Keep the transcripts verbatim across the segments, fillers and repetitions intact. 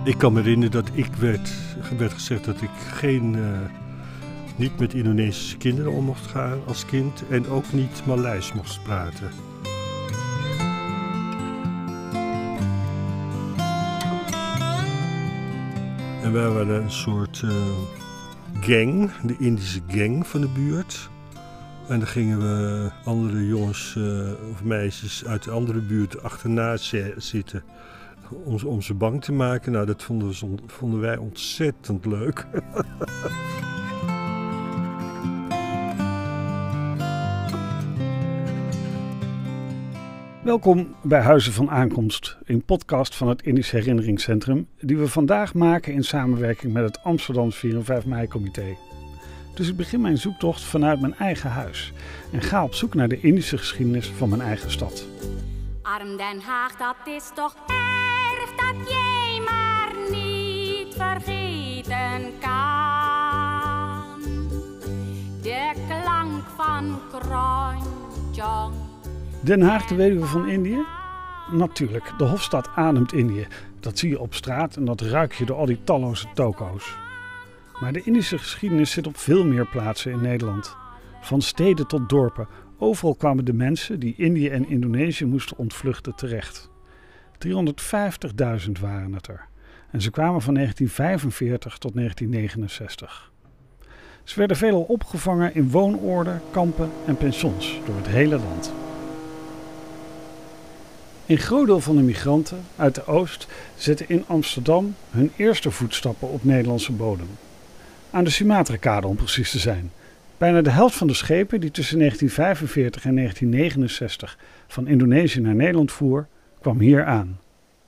Ik kan me herinneren dat ik werd, werd gezegd dat ik geen, uh, niet met Indonesische kinderen om mocht gaan als kind en ook niet Maleis mocht praten. En wij waren een soort uh, gang, de Indische gang van de buurt. En dan gingen we andere jongens uh, of meisjes uit de andere buurt achterna z- zitten. Om, om ze bang te maken. Nou, dat vonden, we, vonden wij ontzettend leuk. Welkom bij Huizen van Aankomst, een podcast van het Indisch Herinneringscentrum, die we vandaag maken in samenwerking met het Amsterdams vier en vijf mei-comité. Dus ik begin mijn zoektocht vanuit mijn eigen huis en ga op zoek naar de Indische geschiedenis van mijn eigen stad. Arm Den Haag, dat is toch erg dat jij maar niet vergeten kan. De klank van Kronjong. Den Haag, de weduwe van Indië? Natuurlijk, de Hofstad ademt Indië. Dat zie je op straat en dat ruik je door al die talloze toko's. Maar de Indische geschiedenis zit op veel meer plaatsen in Nederland. Van steden tot dorpen, overal kwamen de mensen die Indië en Indonesië moesten ontvluchten terecht. driehonderdvijftigduizend waren het er. En ze kwamen van negentien vijfenveertig tot negentien negenenzestig. Ze werden veelal opgevangen in woonoorden, kampen en pensions door het hele land. Een groot deel van de migranten uit de Oost zetten in Amsterdam hun eerste voetstappen op Nederlandse bodem. Aan de Sumatrakade om precies te zijn. Bijna de helft van de schepen die tussen negentien vijfenveertig en negentien negenenzestig van Indonesië naar Nederland voer, kwam hier aan.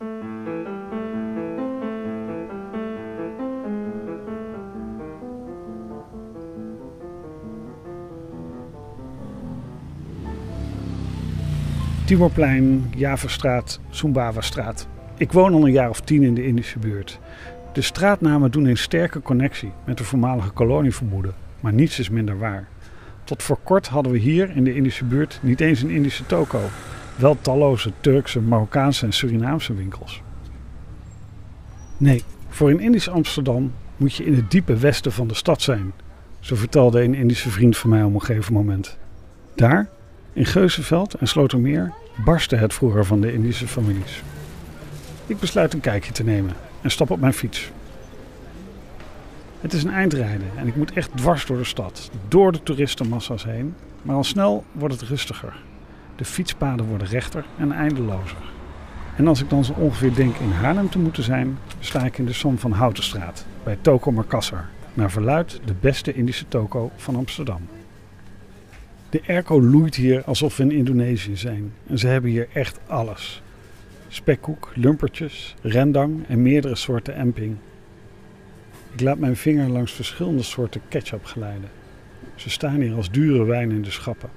Timorplein, Javastraat, Sumbawa-straat. Ik woon al een jaar of tien in de Indische buurt. De straatnamen doen een sterke connectie met de voormalige kolonievermoeden, maar niets is minder waar. Tot voor kort hadden we hier in de Indische buurt niet eens een Indische toko. Wel talloze Turkse, Marokkaanse en Surinaamse winkels. Nee, voor een Indisch Amsterdam moet je in het diepe westen van de stad zijn. Zo vertelde een Indische vriend van mij op een gegeven moment. Daar, in Geuzenveld en Slotermeer, barstte het vroeger van de Indische families. Ik besluit een kijkje te nemen en stap op mijn fiets. Het is een eindrijden en ik moet echt dwars door de stad, door de toeristenmassa's heen, maar al snel wordt het rustiger. De fietspaden worden rechter en eindelozer. En als ik dan zo ongeveer denk in Haarlem te moeten zijn, sta ik in de Som van Houtenstraat, bij Toko Makassar, naar verluidt de beste Indische toko van Amsterdam. De airco loeit hier alsof we in Indonesië zijn en ze hebben hier echt alles. Spekkoek, lumpertjes, rendang en meerdere soorten emping. Ik laat mijn vinger langs verschillende soorten ketchup glijden. Ze staan hier als dure wijn in de schappen.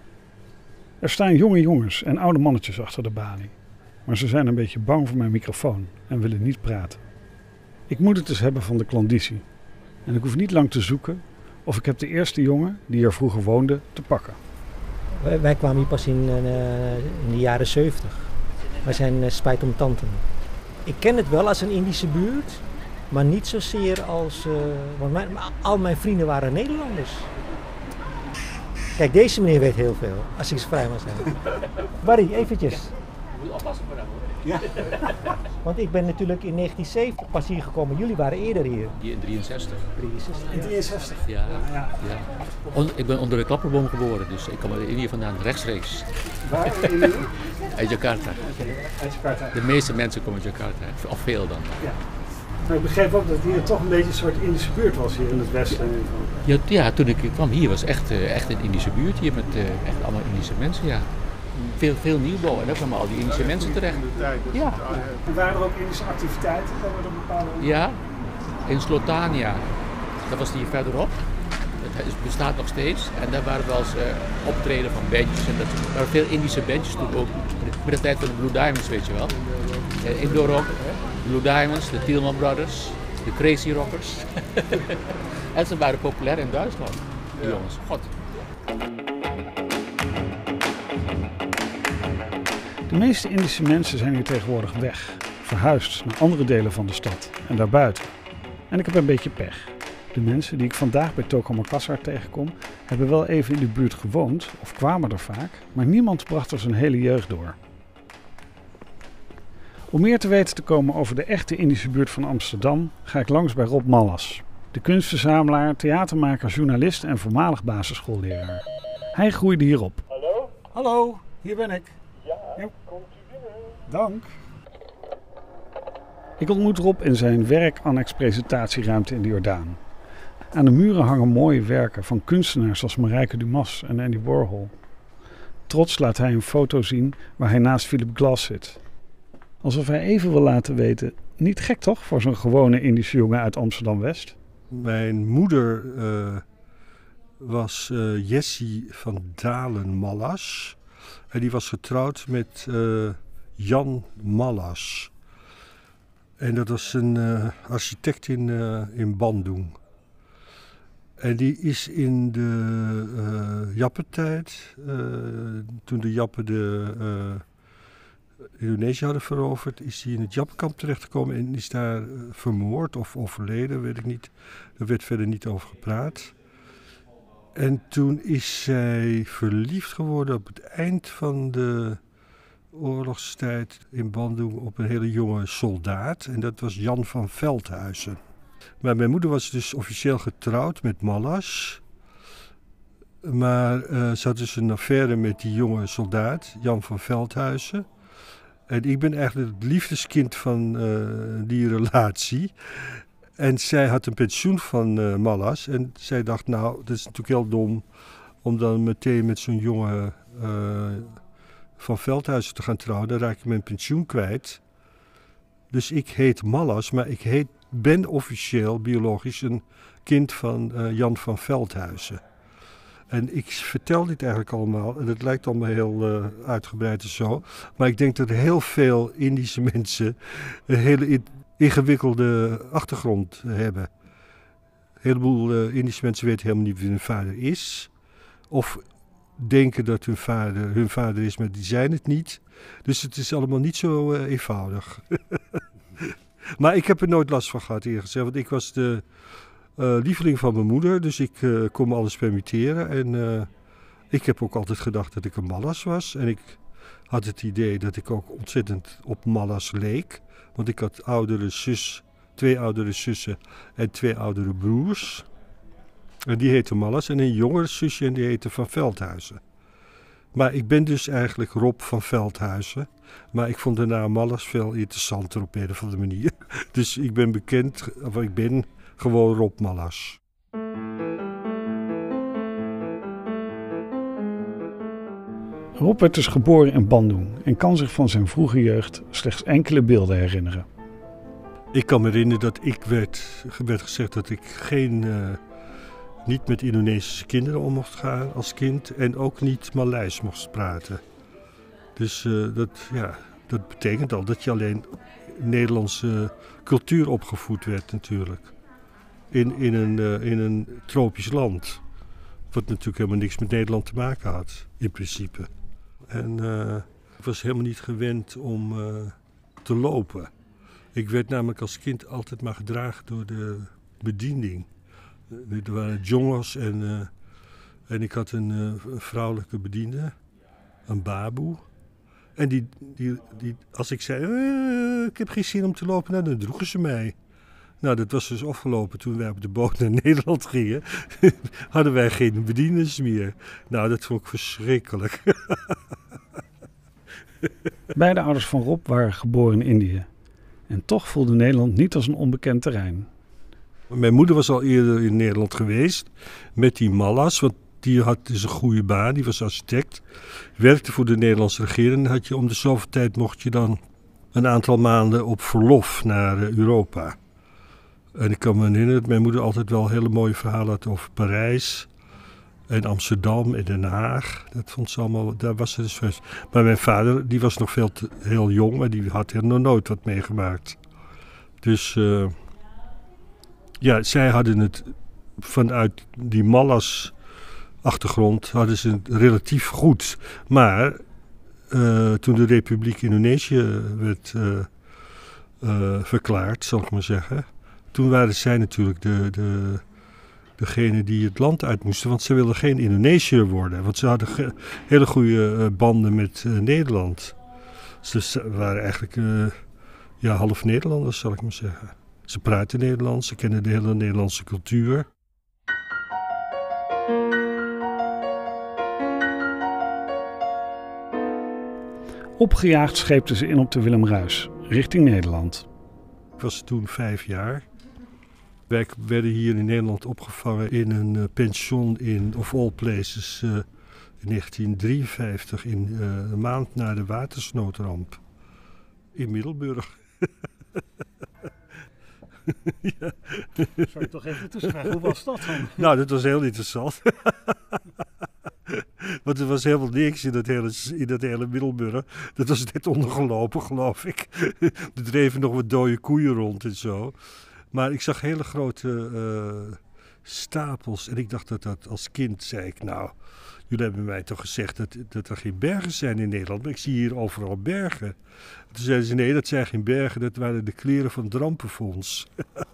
Er staan jonge jongens en oude mannetjes achter de balie. Maar ze zijn een beetje bang voor mijn microfoon en willen niet praten. Ik moet het dus hebben van de klandizie. En ik hoef niet lang te zoeken of ik heb de eerste jongen, die er vroeger woonde, te pakken. Wij, wij kwamen hier pas in, uh, in de jaren zeventig. Wij zijn uh, spijtomtanten. Ik ken het wel als een Indische buurt, maar niet zozeer als... Uh, want mijn, al mijn vrienden waren Nederlanders. Kijk, deze meneer weet heel veel, als ik zo vrij mag zijn. Barry, eventjes. Je moet oppassen voor hem hoor. Ja. Want ik ben natuurlijk in negentien zeventig pas hier gekomen. Jullie waren eerder hier. Hier in drieënzestig. drieënzestig. In drieënzestig? Ja. ja. ja. On, ik ben onder de klapperboom geboren, dus ik kom uit Indië vandaan, rechtstreeks. Waar in Indië? Uit Jakarta. Okay, uit Jakarta. De meeste mensen komen uit Jakarta, of veel dan. Ja. Maar ik begreep ook dat hier toch een beetje een soort Indische buurt was hier in het westen. Ja, ja toen ik kwam hier was echt, uh, echt een Indische buurt hier met uh, echt allemaal Indische mensen, ja. Veel, veel nieuwbouw en daar kwamen al die Indische mensen terecht. Ja. En waren er ook Indische activiteiten? Dat we bepaalde... Ja, in Slotania. Dat was hier verderop. Het bestaat nog steeds. En daar waren wel eens uh, optreden van bandjes. En dat er waren veel Indische bandjes toen ook. Met de tijd van de Blue Diamonds, weet je wel. Uh, Indoor Rock, Blue Diamonds, de Tielman Brothers, de Crazy Rockers. En ze waren populair in Duitsland, die jongens. God. De meeste Indische mensen zijn hier tegenwoordig weg. verhuisd naar andere delen van de stad en daarbuiten. En ik heb een beetje pech. De mensen die ik vandaag bij Toko Makassar tegenkom, hebben wel even in de buurt gewoond of kwamen er vaak, maar niemand bracht er zijn hele jeugd door. Om meer te weten te komen over de echte Indische buurt van Amsterdam, ga ik langs bij Rob Mallas, de kunstverzamelaar, theatermaker, journalist en voormalig basisschoolleraar. Hij groeide hierop. Hallo? Hallo, hier ben ik. Ja, ja, komt u binnen. Dank. Ik ontmoet Rob in zijn werk-annex-presentatieruimte in de Jordaan. Aan de muren hangen mooie werken van kunstenaars zoals Marijke Dumas en Andy Warhol. Trots laat hij een foto zien waar hij naast Philip Glass zit. Alsof hij even wil laten weten, niet gek toch voor zo'n gewone Indische jongen uit Amsterdam-West? Mijn moeder uh, was uh, Jessie van Dalen Mallas. En die was getrouwd met uh, Jan Mallas. En dat was een uh, architect in, uh, in Bandung. En die is in de uh, Jappentijd, uh, toen de Jappen de uh, Indonesië hadden veroverd, is hij in het Jappenkamp terechtgekomen en is daar uh, vermoord of overleden, weet ik niet. Daar werd verder niet over gepraat. En toen is zij verliefd geworden op het eind van de oorlogstijd in Bandung op een hele jonge soldaat. En dat was Jan van Veldhuizen. Maar mijn moeder was dus officieel getrouwd met Mallas. Maar uh, ze had dus een affaire met die jonge soldaat, Jan van Veldhuizen. En ik ben eigenlijk het liefdeskind van uh, die relatie. En zij had een pensioen van uh, Mallas. En zij dacht, nou, dat is natuurlijk heel dom om dan meteen met zo'n jonge uh, van Veldhuizen te gaan trouwen. Dan raak ik mijn pensioen kwijt. Dus ik heet Mallas, maar ik heet, ben officieel biologisch een kind van uh, Jan van Veldhuizen. En ik vertel dit eigenlijk allemaal, en het lijkt allemaal heel uh, uitgebreid en zo. Maar ik denk dat heel veel Indische mensen een hele ingewikkelde achtergrond hebben. Een heleboel uh, Indische mensen weten helemaal niet wie hun vader is. Of denken dat hun vader hun vader is, maar die zijn het niet. Dus het is allemaal niet zo uh, eenvoudig. Maar ik heb er nooit last van gehad, eerlijk gezegd. Want ik was de uh, lieveling van mijn moeder, dus ik uh, kon me alles permitteren. En uh, ik heb ook altijd gedacht dat ik een Mallas was. En ik had het idee dat ik ook ontzettend op Mallas leek. Want ik had oudere zus, twee oudere zussen en twee oudere broers. En die heette Mallas. En een jongere zusje en die heette Van Veldhuizen. Maar ik ben dus eigenlijk Rob van Veldhuizen. Maar ik vond de naam Mallas veel interessanter op een of andere manier. Dus ik ben bekend, of ik ben gewoon Rob Mallas. Rob werd dus geboren in Bandung en kan zich van zijn vroege jeugd slechts enkele beelden herinneren. Ik kan me herinneren dat ik werd, werd gezegd dat ik geen, uh, niet met Indonesische kinderen om mocht gaan als kind. En ook niet Maleis mocht praten. Dus uh, dat, ja, dat betekent al dat je alleen Nederlandse cultuur opgevoed werd natuurlijk. In, in, een, uh, in een tropisch land. Wat natuurlijk helemaal niks met Nederland te maken had, in principe. En uh, ik was helemaal niet gewend om uh, te lopen. Ik werd namelijk als kind altijd maar gedragen door de bediening. Er waren jongens en, uh, en ik had een, uh, een vrouwelijke bediende, een baboe. En die, die, die, als ik zei, uh, ik heb geen zin om te lopen, nou, dan droegen ze mij. Nou, dat was dus afgelopen toen wij op de boot naar Nederland gingen. Hadden wij geen bedieners meer. Nou, dat vond ik verschrikkelijk. Beide ouders van Rob waren geboren in Indië. En toch voelde Nederland niet als een onbekend terrein. Mijn moeder was al eerder in Nederland geweest met die Mallas. Want die had dus een goede baan, die was architect. Werkte voor de Nederlandse regering. Had je om de zoveel tijd mocht je dan een aantal maanden op verlof naar uh, Europa. En ik kan me herinneren dat mijn moeder altijd wel hele mooie verhalen had over Parijs en Amsterdam en Den Haag. Dat vond ze allemaal, daar was ze dus first. Maar mijn vader, die was nog veel te, heel jong, maar die had er nog nooit wat meegemaakt. Dus uh, ja, zij hadden het vanuit die Mallas achtergrond hadden ze het relatief goed. Maar uh, toen de Republiek Indonesië werd uh, uh, verklaard, zal ik maar zeggen. Toen waren zij natuurlijk de, de, degene die het land uit moesten, want ze wilden geen Indonesiër worden. Want ze hadden ge- hele goede uh, banden met uh, Nederland. Dus ze waren eigenlijk uh, ja, half Nederlanders, zal ik maar zeggen. Ze praten Nederlands, ze kennen de hele Nederlandse cultuur. Opgejaagd scheepten ze in op de Willem Ruis, richting Nederland. Ik was toen vijf jaar. Wij werden hier in Nederland opgevangen in een uh, pension in, of all places, uh, in negentien drieënvijftig, in uh, een maand na de watersnoodramp. In Middelburg. Ja. Zou je toch even tussenvragen, hoe was dat dan? Nou, dat was heel interessant. Want er was helemaal niks in dat hele, in dat hele Middelburg. Dat was net ondergelopen, geloof ik. Er dreven nog wat dode koeien rond en zo. Maar ik zag hele grote uh, stapels. En ik dacht dat dat als kind, zei ik, nou, jullie hebben mij toch gezegd dat, dat er geen bergen zijn in Nederland. Maar ik zie hier overal bergen. Toen zeiden ze, nee, dat zijn geen bergen, dat waren de kleren van het Rampenfonds.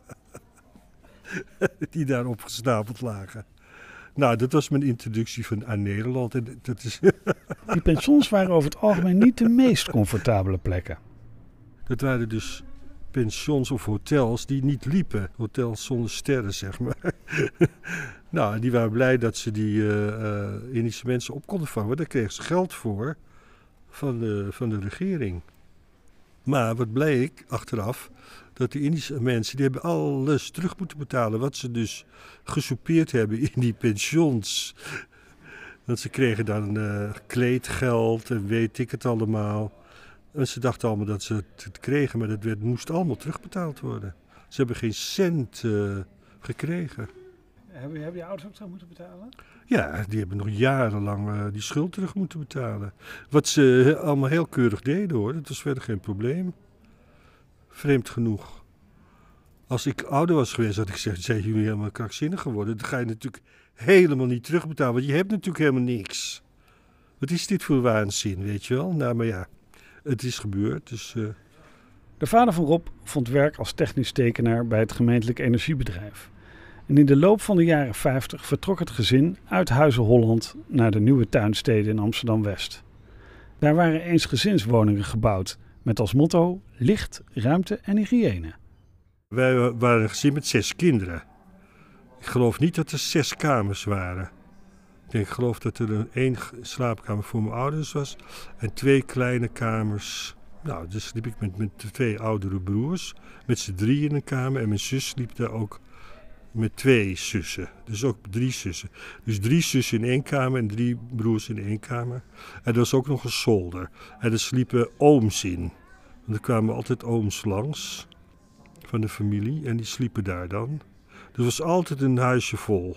Die daar opgestapeld lagen. Nou, dat was mijn introductie van, aan Nederland. En dat is Die pensions waren over het algemeen niet de meest comfortabele plekken. Dat waren dus pensions of hotels die niet liepen. Hotels zonder sterren, zeg maar. Nou, die waren blij dat ze die uh, uh, Indische mensen op konden vangen. Daar kregen ze geld voor van de, van de regering. Maar wat bleek achteraf, dat de Indische mensen, die hebben alles terug moeten betalen. Wat ze dus gesoupeerd hebben in die pensions. Want ze kregen dan uh, kleedgeld en weet ik het allemaal. En ze dachten allemaal dat ze het kregen, maar dat werd, moest allemaal terugbetaald worden. Ze hebben geen cent uh, gekregen. Hebben, hebben je ouders ook terug moeten betalen? Ja, die hebben nog jarenlang uh, die schuld terug moeten betalen. Wat ze allemaal heel keurig deden hoor, dat was verder geen probleem. Vreemd genoeg. Als ik ouder was geweest, had ik gezegd, zijn jullie helemaal krankzinnig geworden? Dan ga je natuurlijk helemaal niet terugbetalen, want je hebt natuurlijk helemaal niks. Wat is dit voor waanzin, weet je wel? Nou, maar ja, het is gebeurd, dus... Uh... De vader van Rob vond werk als technisch tekenaar bij het gemeentelijk energiebedrijf. En in de loop van de jaren vijftig vertrok het gezin uit Huizen Holland naar de Nieuwe Tuinstede in Amsterdam-West. Daar waren eensgezinswoningen gebouwd met als motto licht, ruimte en hygiëne. Wij waren een gezin met zes kinderen. Ik geloof niet dat er zes kamers waren. Ik denk, ik geloof dat er een één slaapkamer voor mijn ouders was en twee kleine kamers. Nou, dus sliep ik met, met twee oudere broers, met z'n drie in een kamer en mijn zus sliep daar ook met twee zussen. Dus ook drie zussen. Dus drie zussen in één kamer en drie broers in één kamer. En er was ook nog een zolder. En er sliepen ooms in. En er kwamen altijd ooms langs van de familie en die sliepen daar dan. Dus het was altijd een huisje vol.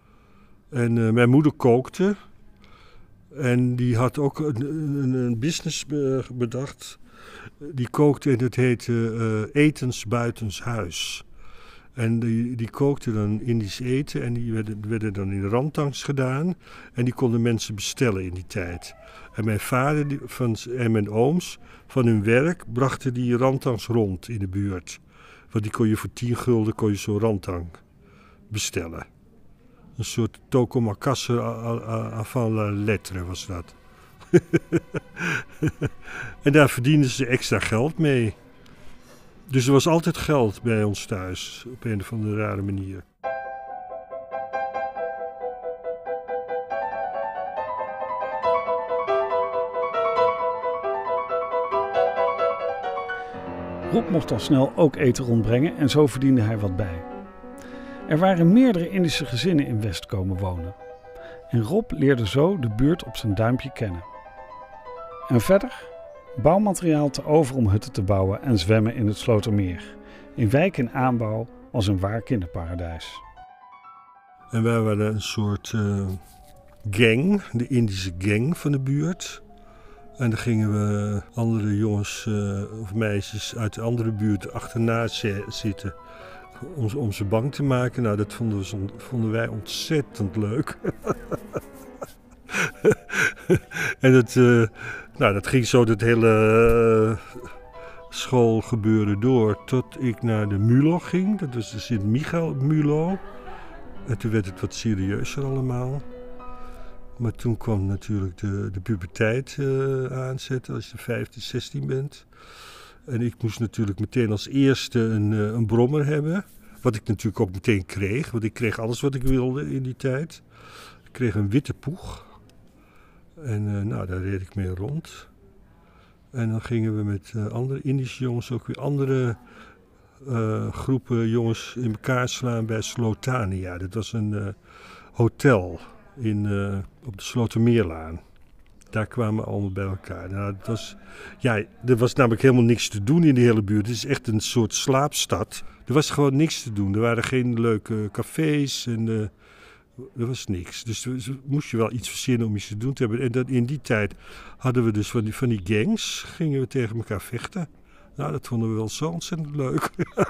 En uh, mijn moeder kookte. En die had ook een, een, een business bedacht. Die kookte en dat heette uh, Etens Buitenshuis. En die, die kookte dan Indisch eten en die werden, werden dan in ramtangs gedaan. En die konden mensen bestellen in die tijd. En mijn vader die, van, en mijn ooms van hun werk brachten die ramtangs rond in de buurt. Want die kon je voor tien gulden kon je zo'n ramtang bestellen. Een soort tokomakasse avant la lettre was dat. En daar verdienden ze extra geld mee. Dus er was altijd geld bij ons thuis, op een of andere rare manier. Rob mocht al snel ook eten rondbrengen en zo verdiende hij wat bij. Er waren meerdere Indische gezinnen in West komen wonen. En Rob leerde zo de buurt op zijn duimpje kennen. En verder? Bouwmateriaal te over om hutten te bouwen en zwemmen in het Slotermeer. In wijk in aanbouw als een waar kinderparadijs. En wij waren een soort uh, gang, de Indische gang van de buurt. En dan gingen we andere jongens uh, of meisjes uit de andere buurt achterna zitten. Om, om ze bang te maken. Nou, dat vonden, we, vonden wij ontzettend leuk. En dat, uh, nou, dat ging zo het hele uh, schoolgebeuren door tot ik naar de MULO ging. Dat was de Sint-Michael MULO. En toen werd het wat serieuzer allemaal. Maar toen kwam natuurlijk de, de puberteit uh, aanzetten als je vijftien, zestien bent. En ik moest natuurlijk meteen als eerste een, uh, een brommer hebben. Wat ik natuurlijk ook meteen kreeg, want ik kreeg alles wat ik wilde in die tijd. Ik kreeg een witte poeg. En uh, nou, daar reed ik mee rond. En dan gingen we met uh, andere Indische jongens ook weer andere uh, groepen jongens in elkaar slaan bij Slotania. Dat was een uh, hotel in, uh, op de Slotermeerlaan. Daar kwamen we allemaal bij elkaar. Nou, het was, ja, er was namelijk helemaal niks te doen in de hele buurt. Het is echt een soort slaapstad. Er was gewoon niks te doen. Er waren geen leuke cafés en uh, er was niks. Dus er moest je wel iets verzinnen om iets te doen te hebben. En dan in die tijd hadden we dus van die, van die gangs, gingen we tegen elkaar vechten. Nou, dat vonden we wel zo ontzettend leuk.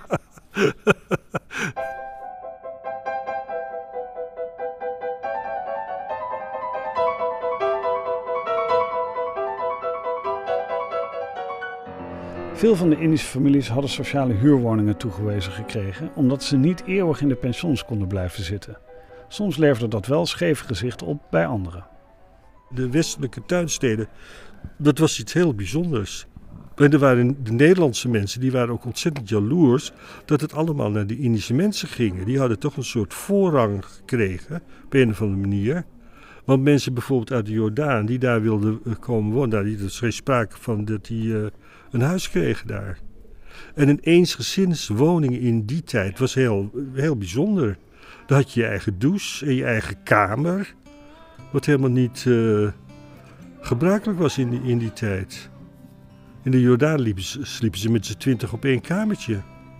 Veel van de Indische families hadden sociale huurwoningen toegewezen gekregen, omdat ze niet eeuwig in de pensions konden blijven zitten. Soms leverde dat wel scheve gezichten op bij anderen. De westelijke tuinsteden, dat was iets heel bijzonders. En er waren de Nederlandse mensen, die waren ook ontzettend jaloers dat het allemaal naar de Indische mensen ging. Die hadden toch een soort voorrang gekregen, op een of andere manier. Want mensen bijvoorbeeld uit de Jordaan, die daar wilden komen wonen, nou, er was geen sprake van dat die uh, een huis kregen daar. En een eensgezinswoning in die tijd was heel, heel bijzonder. Dan had je je eigen douche en je eigen kamer, wat helemaal niet uh, gebruikelijk was in die, in die tijd. In de Jordaan liepen ze, sliepen ze met z'n twintig op één kamertje.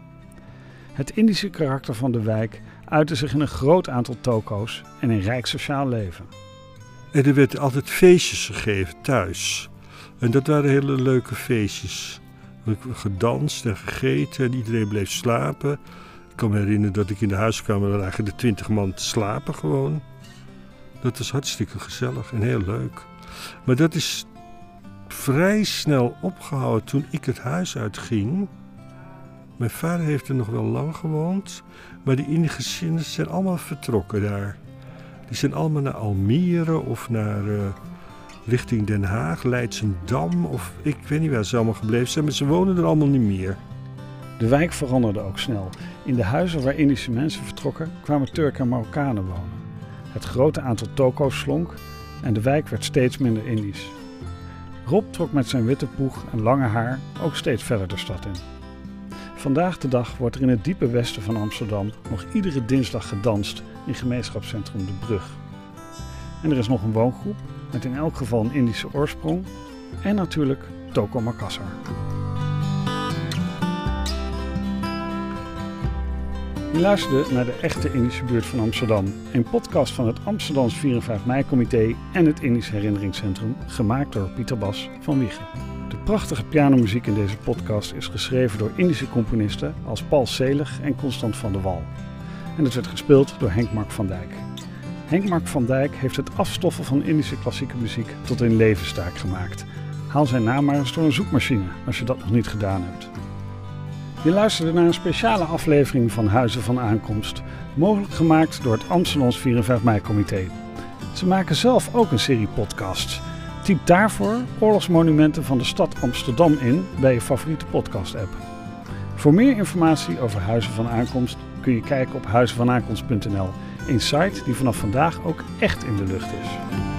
Het Indische karakter van de wijk uitte zich in een groot aantal toko's en een rijk sociaal leven. En er werden altijd feestjes gegeven thuis. En dat waren hele leuke feestjes. We hebben gedanst en gegeten en iedereen bleef slapen. Ik kan me herinneren dat ik in de huiskamer lagen de twintig man te slapen gewoon. Dat was hartstikke gezellig en heel leuk. Maar dat is vrij snel opgehouden toen ik het huis uitging. Mijn vader heeft er nog wel lang gewoond, maar die Indische zijn allemaal vertrokken daar. Die zijn allemaal naar Almere of naar uh, richting Den Haag, Leidsendam of ik weet niet waar ze allemaal gebleven zijn, maar ze wonen er allemaal niet meer. De wijk veranderde ook snel. In de huizen waar Indische mensen vertrokken kwamen Turken en Marokkanen wonen. Het grote aantal toko's slonk en de wijk werd steeds minder Indisch. Rob trok met zijn witte poeg en lange haar ook steeds verder de stad in. Vandaag de dag wordt er in het diepe westen van Amsterdam nog iedere dinsdag gedanst in gemeenschapscentrum De Brug. En er is nog een woongroep met in elk geval een Indische oorsprong en natuurlijk Toko Makassar. Je luisterde naar de echte Indische buurt van Amsterdam, een podcast van het Amsterdams vier en vijf mei-comité en het Indisch Herinneringscentrum, gemaakt door Pieter Bas van Wiegen. De prachtige pianomuziek in deze podcast is geschreven door Indische componisten als Paul Selig en Constant van der Wal. En het werd gespeeld door Henk Mark van Dijk. Henk Mark van Dijk heeft het afstoffen van Indische klassieke muziek tot een levenstaak gemaakt. Haal zijn naam maar eens door een zoekmachine als je dat nog niet gedaan hebt. Je luisterde naar een speciale aflevering van Huizen van Aankomst, mogelijk gemaakt door het Amsterdams vier en vijf mei-comité. Ze maken zelf ook een serie podcasts. Typ daarvoor Oorlogsmonumenten van de stad Amsterdam in bij je favoriete podcast-app. Voor meer informatie over Huizen van Aankomst kun je kijken op huizen van aankomst punt n l, een site die vanaf vandaag ook echt in de lucht is.